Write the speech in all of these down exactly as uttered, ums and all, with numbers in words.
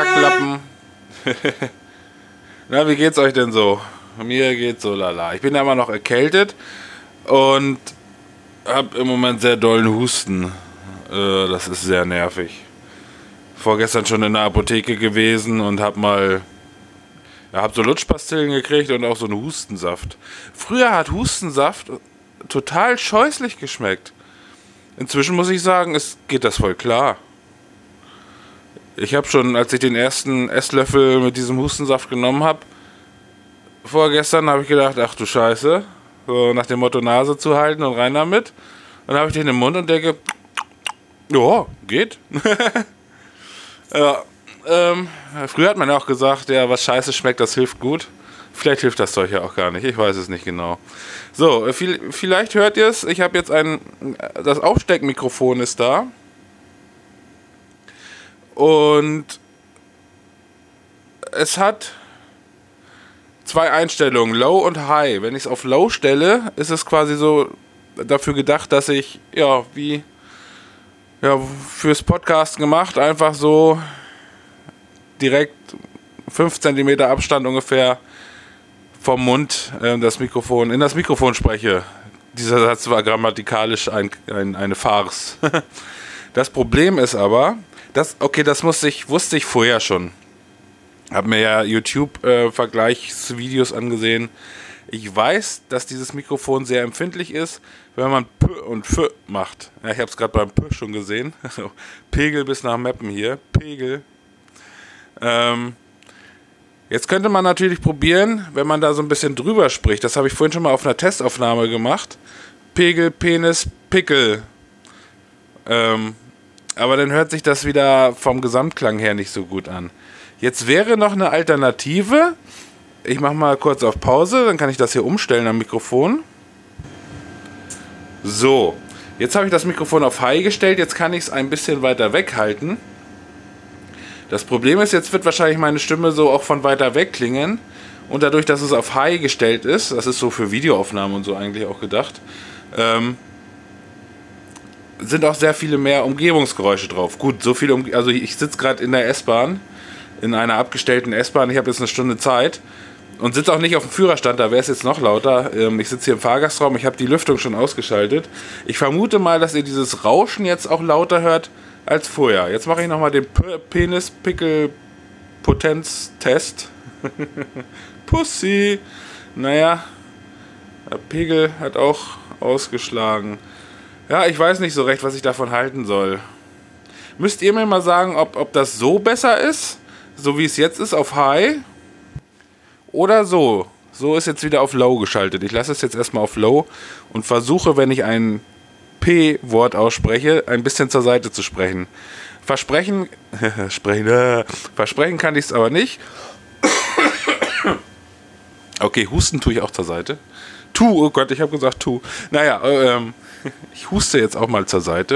Kacklappen. Na, wie geht's euch denn so? Mir geht's so lala. Ich bin ja immer noch erkältet und hab im Moment sehr dollen Husten. Äh, das ist sehr nervig. Vorgestern schon in der Apotheke gewesen und hab mal... Ja, hab so Lutschpastillen gekriegt und auch so einen Hustensaft. Früher hat Hustensaft total scheußlich geschmeckt. Inzwischen muss ich sagen, es geht das voll klar. Ich habe schon, als ich den ersten Esslöffel mit diesem Hustensaft genommen habe, vorgestern habe ich gedacht, ach du Scheiße, so nach dem Motto Nase zu halten und rein damit. Und dann habe ich den im Mund und denke, ja, geht. ja, ähm, früher hat man ja auch gesagt, ja, was scheiße schmeckt, das hilft gut. Vielleicht hilft das Zeug ja auch gar nicht, ich weiß es nicht genau. So, viel, vielleicht hört ihr es, ich habe jetzt ein, das Aufsteckmikrofon ist da. Und es hat zwei Einstellungen, Low und High. Wenn ich es auf Low stelle, ist es quasi so dafür gedacht, dass ich, ja, wie, ja, fürs Podcast gemacht, einfach so direkt fünf Zentimeter Abstand ungefähr vom Mund äh, das Mikrofon, in das Mikrofon spreche. Dieser Satz war grammatikalisch ein, ein, eine Farce. Das Problem ist aber, das, okay, das musste ich, wusste ich vorher schon. Hab mir ja YouTube-Vergleichsvideos äh, angesehen. Ich weiß, dass dieses Mikrofon sehr empfindlich ist, wenn man P und F macht. Ja, ich habe es gerade beim P schon gesehen. Pegel bis nach Meppen hier. Pegel. Ähm, jetzt könnte man natürlich probieren, wenn man da so ein bisschen drüber spricht. Das habe ich vorhin schon mal auf einer Testaufnahme gemacht. Pegel, Penis, Pickel. Ähm, aber dann hört sich das wieder vom Gesamtklang her nicht so gut an. Jetzt wäre noch eine Alternative. Ich mache mal kurz auf Pause, dann kann ich das hier umstellen am Mikrofon. So, jetzt habe ich das Mikrofon auf High gestellt, jetzt kann ich es ein bisschen weiter weg halten. Das Problem ist, jetzt wird wahrscheinlich meine Stimme so auch von weiter weg klingen. Und dadurch, dass es auf High gestellt ist, das ist so für Videoaufnahmen und so eigentlich auch gedacht, ähm, sind auch sehr viele mehr Umgebungsgeräusche drauf. Gut, so viele, um- also ich sitze gerade in der S-Bahn, in einer abgestellten S-Bahn, ich habe jetzt eine Stunde Zeit und sitze auch nicht auf dem Führerstand, da wäre es jetzt noch lauter. Ähm, ich sitze hier im Fahrgastraum, ich habe die Lüftung schon ausgeschaltet. Ich vermute mal, dass ihr dieses Rauschen jetzt auch lauter hört als vorher. Jetzt mache ich nochmal den P- Penis-Pickel-Potenz-Test. Pussy! Naja, der Pegel hat auch ausgeschlagen. Ja, ich weiß nicht so recht, was ich davon halten soll. Müsst ihr mir mal sagen, ob, ob das so besser ist, so wie es jetzt ist, auf High, oder so. So ist jetzt wieder auf Low geschaltet. Ich lasse es jetzt erstmal auf Low und versuche, wenn ich ein P-Wort ausspreche, ein bisschen zur Seite zu sprechen. Versprechen, sprechen, äh, versprechen kann ich es aber nicht. Okay, husten tue ich auch zur Seite. Tu, oh Gott, ich habe gesagt tu. Naja, ähm, ich huste jetzt auch mal zur Seite.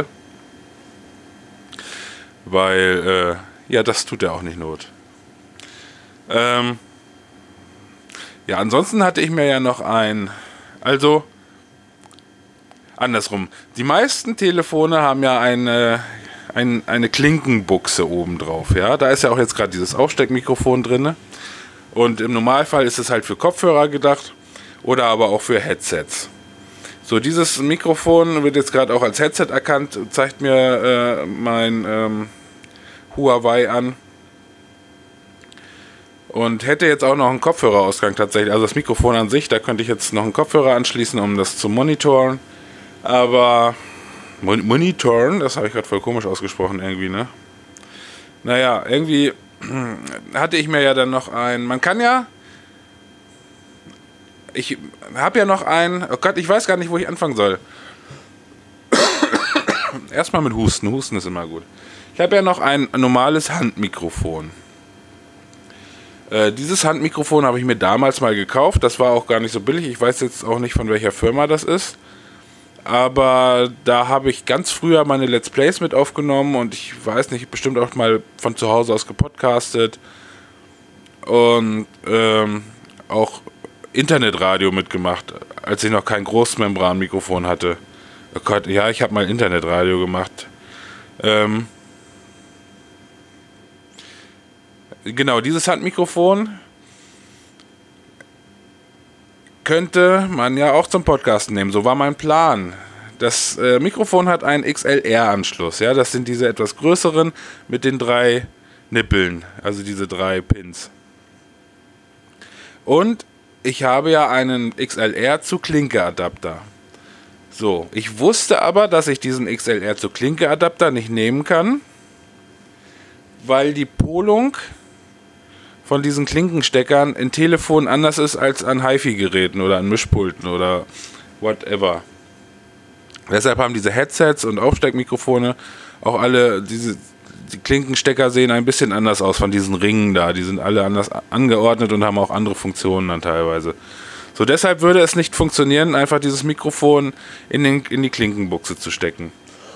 Weil, äh, ja, das tut ja auch nicht Not. Ähm, ja, ansonsten hatte ich mir ja noch ein, also, andersrum. Die meisten Telefone haben ja eine, ein, eine Klinkenbuchse oben drauf, ja. Da ist ja auch jetzt gerade dieses Aufsteckmikrofon drin. Und im Normalfall ist es halt für Kopfhörer gedacht oder aber auch für Headsets. So, dieses Mikrofon wird jetzt gerade auch als Headset erkannt, zeigt mir äh, mein ähm, Huawei an. Und hätte jetzt auch noch einen Kopfhörerausgang tatsächlich. Also das Mikrofon an sich, da könnte ich jetzt noch einen Kopfhörer anschließen, um das zu monitoren. Aber Mon- monitoren, das habe ich gerade voll komisch ausgesprochen irgendwie, ne? Naja, irgendwie hatte ich mir ja dann noch ein... Man kann ja... Ich habe ja noch ein... Oh Gott, ich weiß gar nicht, wo ich anfangen soll. Erstmal mit Husten. Husten ist immer gut. Ich habe ja noch ein normales Handmikrofon. Äh, dieses Handmikrofon habe ich mir damals mal gekauft. Das war auch gar nicht so billig. Ich weiß jetzt auch nicht, von welcher Firma das ist. Aber da habe ich ganz früher meine Let's Plays mit aufgenommen. Und ich weiß nicht, bestimmt auch mal von zu Hause aus gepodcastet. Und ähm, auch Internetradio mitgemacht, als ich noch kein Großmembranmikrofon hatte. Oh Gott, ja, ich habe mal Internetradio gemacht. Ähm... genau, dieses Handmikrofon könnte man ja auch zum Podcasten nehmen. So war mein Plan. Das äh, Mikrofon hat einen X L R-Anschluss. Ja, das sind diese etwas größeren mit den drei Nippeln, also diese drei Pins. Und ich habe ja einen X L R zu Klinke-Adapter. So, ich wusste aber, dass ich diesen X L R zu Klinke-Adapter nicht nehmen kann, weil die Polung von diesen Klinkensteckern in Telefonen anders ist als an HiFi-Geräten oder an Mischpulten oder whatever. Deshalb haben diese Headsets und Aufsteckmikrofone auch alle, diese die Klinkenstecker sehen ein bisschen anders aus von diesen Ringen da. Die sind alle anders angeordnet und haben auch andere Funktionen dann teilweise. So, deshalb würde es nicht funktionieren, einfach dieses Mikrofon in, den, in die Klinkenbuchse zu stecken.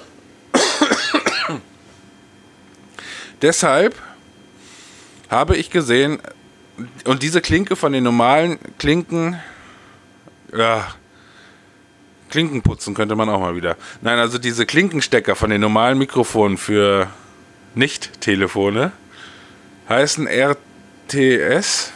Deshalb habe ich gesehen, und diese Klinke von den normalen Klinken, ja, Klinkenputzen könnte man auch mal wieder. Nein, also diese Klinkenstecker von den normalen Mikrofonen für Nicht-Telefone heißen R T S,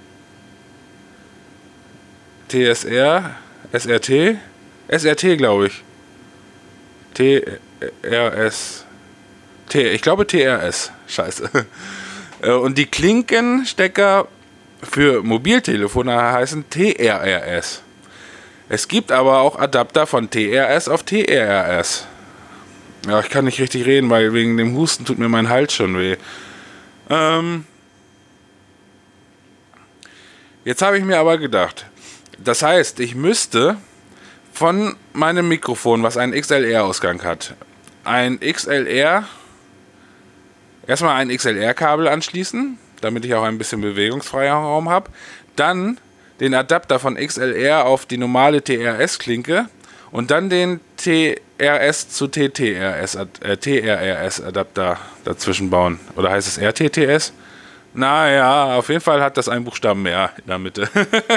T S R, S R T, S R T glaube ich. T R S, T, ich glaube T R S, scheiße. Und die Klinkenstecker für Mobiltelefone heißen T R R S. Es gibt aber auch Adapter von T R S auf T R R S. Ja, ich kann nicht richtig reden, weil wegen dem Husten tut mir mein Hals schon weh. Ähm Jetzt habe ich mir aber gedacht, das heißt, ich müsste von meinem Mikrofon, was einen X L R-Ausgang hat, ein X L R, erstmal ein X L R-Kabel anschließen, damit ich auch ein bisschen Bewegungsfreiraum habe, dann den Adapter von X L R auf die normale T R S-Klinke und dann den T R S zu T T R S, äh, T R R S-Adapter dazwischen bauen. Oder heißt es R T T S? Naja, auf jeden Fall hat das einen Buchstaben mehr in der Mitte.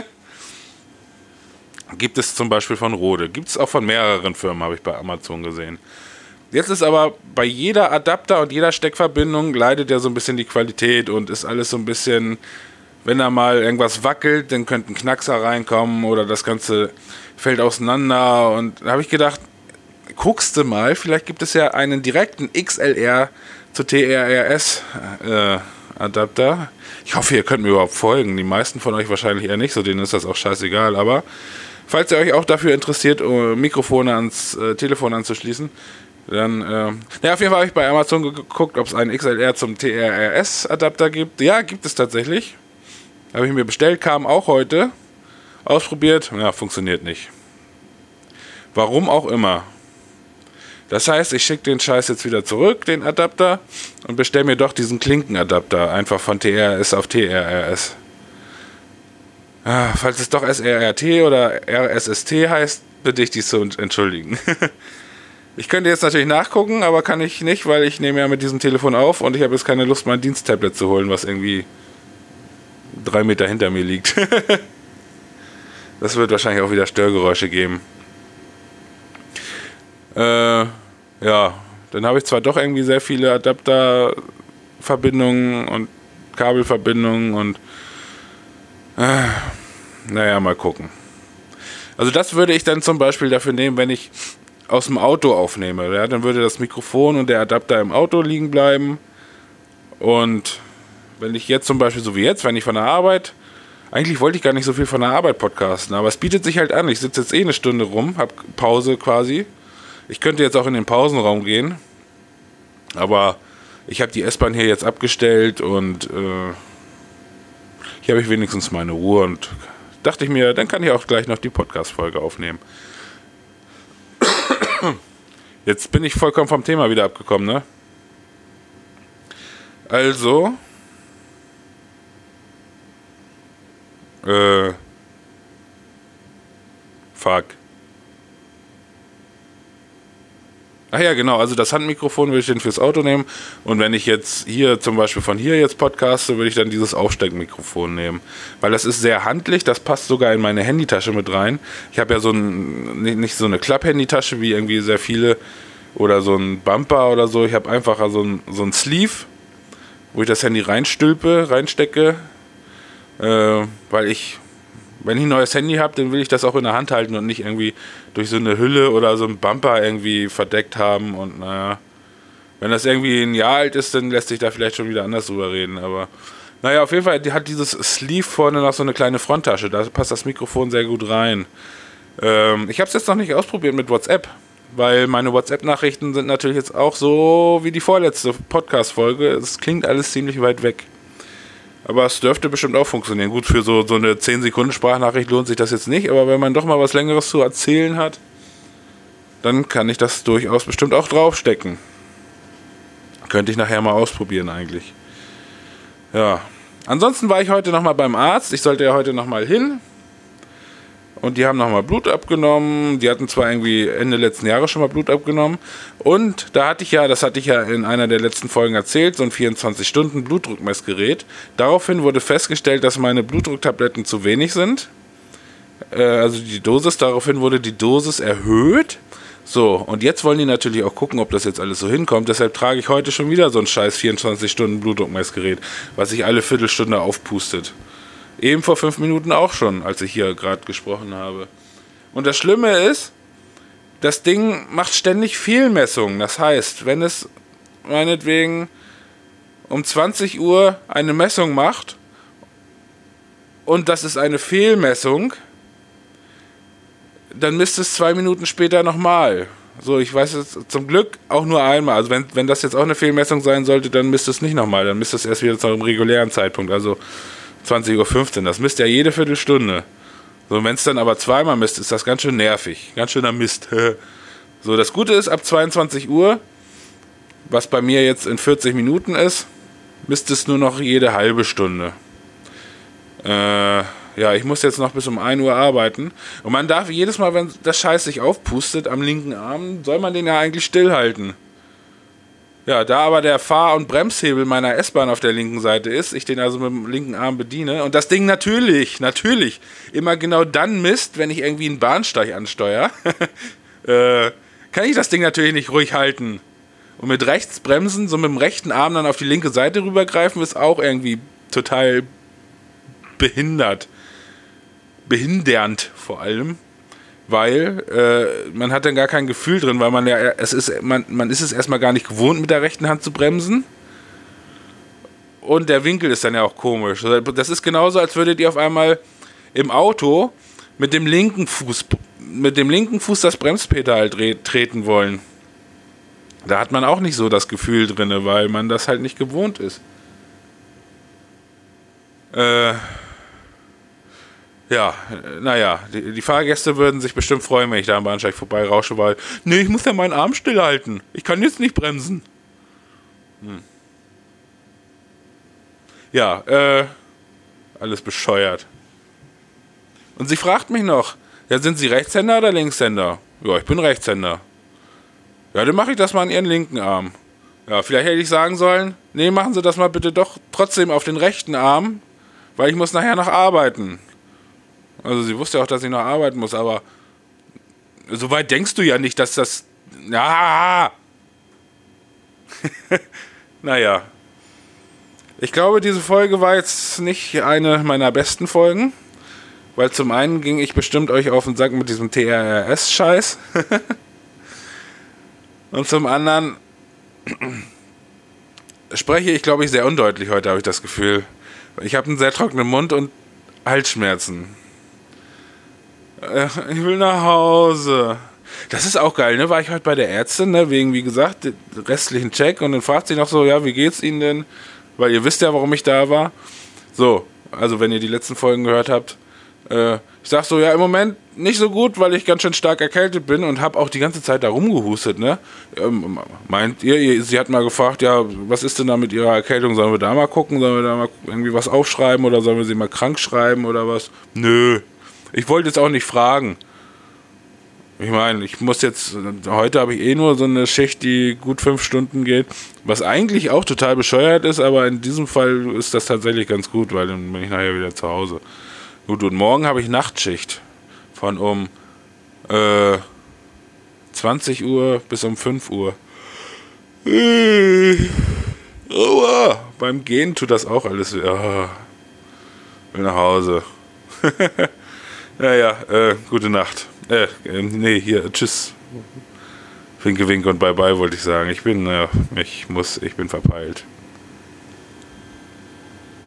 Gibt es zum Beispiel von Rode. Gibt es auch von mehreren Firmen, habe ich bei Amazon gesehen. Jetzt ist aber bei jeder Adapter und jeder Steckverbindung leidet ja so ein bisschen die Qualität und ist alles so ein bisschen, wenn da mal irgendwas wackelt, dann könnten Knackser reinkommen oder das Ganze fällt auseinander. Und da habe ich gedacht, guckst du mal, vielleicht gibt es ja einen direkten X L R zu T R R S äh, Adapter. Ich hoffe, ihr könnt mir überhaupt folgen. Die meisten von euch wahrscheinlich eher nicht, so denen ist das auch scheißegal. Aber falls ihr euch auch dafür interessiert, Mikrofone ans äh, Telefon anzuschließen, dann, äh, ja, auf jeden Fall habe ich bei Amazon geguckt, ob es einen X L R zum T R R S Adapter gibt. Ja, gibt es tatsächlich. Habe ich mir bestellt, kam auch heute. Ausprobiert, ja, funktioniert nicht. Warum auch immer. Das heißt, ich schicke den Scheiß jetzt wieder zurück, den Adapter, und bestelle mir doch diesen Klinkenadapter, einfach von T R R S auf T R R S. Ah, falls es doch S R R T oder R S S T heißt, bitte ich dies zu entschuldigen. Ich könnte jetzt natürlich nachgucken, aber kann ich nicht, weil ich nehme ja mit diesem Telefon auf und ich habe jetzt keine Lust, mein Diensttablet zu holen, was irgendwie drei Meter hinter mir liegt. Das wird wahrscheinlich auch wieder Störgeräusche geben. Äh, ja, dann habe ich zwar doch irgendwie sehr viele Adapterverbindungen und Kabelverbindungen und äh, naja, mal gucken. Also das würde ich dann zum Beispiel dafür nehmen, wenn ich aus dem Auto aufnehme. Ja, dann würde das Mikrofon und der Adapter im Auto liegen bleiben. Und wenn ich jetzt zum Beispiel, so wie jetzt, wenn ich von der Arbeit, eigentlich wollte ich gar nicht so viel von der Arbeit podcasten, aber es bietet sich halt an. Ich sitze jetzt eh eine Stunde rum, habe Pause quasi. Ich könnte jetzt auch in den Pausenraum gehen, aber ich habe die S-Bahn hier jetzt abgestellt und äh, hier habe ich wenigstens meine Ruhe und dachte ich mir, dann kann ich auch gleich noch die Podcast-Folge aufnehmen. Jetzt bin ich vollkommen vom Thema wieder abgekommen, ne? Also, äh, fuck. Ach ja, genau, also das Handmikrofon würde ich dann fürs Auto nehmen und wenn ich jetzt hier zum Beispiel von hier jetzt podcaste, würde ich dann dieses Aufsteckmikrofon nehmen, weil das ist sehr handlich, das passt sogar in meine Handytasche mit rein. Ich habe ja so ein, nicht so eine Klapp-Handytasche wie irgendwie sehr viele oder so ein Bumper oder so, ich habe einfach so ein, so ein Sleeve, wo ich das Handy reinstülpe, reinstecke, äh, weil ich, wenn ich ein neues Handy habe, dann will ich das auch in der Hand halten und nicht irgendwie durch so eine Hülle oder so einen Bumper irgendwie verdeckt haben und naja, wenn das irgendwie ein Jahr alt ist, dann lässt sich da vielleicht schon wieder anders drüber reden, aber naja, auf jeden Fall die hat dieses Sleeve vorne noch so eine kleine Fronttasche, da passt das Mikrofon sehr gut rein. Ähm, ich habe es jetzt noch nicht ausprobiert mit WhatsApp, weil meine WhatsApp-Nachrichten sind natürlich jetzt auch so wie die vorletzte Podcast-Folge. Es klingt alles ziemlich weit weg. Aber es dürfte bestimmt auch funktionieren. Gut, für so, so eine zehn Sekunden Sprachnachricht lohnt sich das jetzt nicht, aber wenn man doch mal was Längeres zu erzählen hat, dann kann ich das durchaus bestimmt auch draufstecken. Könnte ich nachher mal ausprobieren eigentlich. Ja. Ansonsten war ich heute nochmal beim Arzt. Ich sollte ja heute nochmal hin. Und die haben nochmal Blut abgenommen. Die hatten zwar irgendwie Ende letzten Jahres schon mal Blut abgenommen. Und da hatte ich ja, das hatte ich ja in einer der letzten Folgen erzählt, so ein vierundzwanzig Stunden Blutdruckmessgerät. Daraufhin wurde festgestellt, dass meine Blutdrucktabletten zu wenig sind. Äh, also die Dosis, daraufhin wurde die Dosis erhöht. So, und jetzt wollen die natürlich auch gucken, ob das jetzt alles so hinkommt. Deshalb trage ich heute schon wieder so ein scheiß vierundzwanzig Stunden Blutdruckmessgerät, was sich alle Viertelstunde aufpustet. Eben vor fünf Minuten auch schon, als ich hier gerade gesprochen habe. Und das Schlimme ist, das Ding macht ständig Fehlmessungen. Das heißt, wenn es meinetwegen um zwanzig Uhr eine Messung macht und das ist eine Fehlmessung, dann misst es zwei Minuten später nochmal. So, ich weiß es zum Glück auch nur einmal. Also wenn, wenn das jetzt auch eine Fehlmessung sein sollte, dann misst es nicht nochmal. Dann misst es erst wieder zu einem regulären Zeitpunkt, also zwanzig Uhr fünfzehn. Das misst ja jede Viertelstunde. So, wenn es dann aber zweimal misst, ist das ganz schön nervig. Ganz schöner Mist. So, das Gute ist, ab zweiundzwanzig Uhr, was bei mir jetzt in vierzig Minuten ist, misst es nur noch jede halbe Stunde. Äh... Ja, ich muss jetzt noch bis um ein Uhr arbeiten. Und man darf jedes Mal, wenn das Scheiß sich aufpustet am linken Arm, soll man den ja eigentlich stillhalten. Ja, da aber der Fahr- und Bremshebel meiner S-Bahn auf der linken Seite ist, ich den also mit dem linken Arm bediene und das Ding natürlich, natürlich, immer genau dann misst, wenn ich irgendwie einen Bahnsteig ansteuere, äh, kann ich das Ding natürlich nicht ruhig halten. Und mit rechts bremsen, so mit dem rechten Arm dann auf die linke Seite rübergreifen, ist auch irgendwie total behindert. Behindernd vor allem, weil äh, man hat dann gar kein Gefühl drin, weil man ja, es ist, man, man ist es erstmal gar nicht gewohnt, mit der rechten Hand zu bremsen und der Winkel ist dann ja auch komisch. Das ist genauso, als würdet ihr auf einmal im Auto mit dem linken Fuß mit dem linken Fuß das Bremspedal treten wollen. Da hat man auch nicht so das Gefühl drin, weil man das halt nicht gewohnt ist. Äh Ja, naja, die, die Fahrgäste würden sich bestimmt freuen, wenn ich da am Bahnsteig vorbeirausche, weil, nee, ich muss ja meinen Arm stillhalten. Ich kann jetzt nicht bremsen. Hm. Ja, äh, alles bescheuert. Und sie fragt mich noch, ja, sind Sie Rechtshänder oder Linkshänder? Ja, ich bin Rechtshänder. Ja, dann mache ich das mal an Ihren linken Arm. Ja, vielleicht hätte ich sagen sollen, nee, machen Sie das mal bitte doch trotzdem auf den rechten Arm, weil ich muss nachher noch arbeiten. Also sie wusste auch, dass ich noch arbeiten muss, aber so weit denkst du ja nicht, dass das... Ja. Naja. Ich glaube, diese Folge war jetzt nicht eine meiner besten Folgen, weil zum einen ging ich bestimmt euch auf den Sack mit diesem T R R S-Scheiß. Und zum anderen spreche ich, glaube ich, sehr undeutlich heute, habe ich das Gefühl. Ich habe einen sehr trockenen Mund und Halsschmerzen. Ich will nach Hause. Das ist auch geil, ne? War ich heute bei der Ärztin, ne? Wegen, wie gesagt, restlichen Check. Und dann fragt sie noch so, ja, wie geht's Ihnen denn? Weil ihr wisst ja, warum ich da war. So, also wenn ihr die letzten Folgen gehört habt. Äh, ich sag so, ja, im Moment nicht so gut, weil ich ganz schön stark erkältet bin und habe auch die ganze Zeit da rumgehustet, ne? Ähm, meint ihr, ihr, sie hat mal gefragt, ja, was ist denn da mit ihrer Erkältung? Sollen wir da mal gucken? Sollen wir da mal irgendwie was aufschreiben? Oder sollen wir sie mal krank schreiben oder was? Nö. Ich wollte jetzt auch nicht fragen. Ich meine, ich muss jetzt, heute habe ich eh nur so eine Schicht, die gut fünf Stunden geht, was eigentlich auch total bescheuert ist, aber in diesem Fall ist das tatsächlich ganz gut, weil dann bin ich nachher wieder zu Hause. Gut, und morgen habe ich Nachtschicht von um äh, zwanzig Uhr bis um fünf Uhr. Aua, beim Gehen tut das auch alles weh. Oh, will nach Hause. Naja, äh, gute Nacht. Äh, äh, nee, hier, tschüss. Winke, winke und bye bye wollte ich sagen. Ich bin, äh, ich muss, ich bin verpeilt.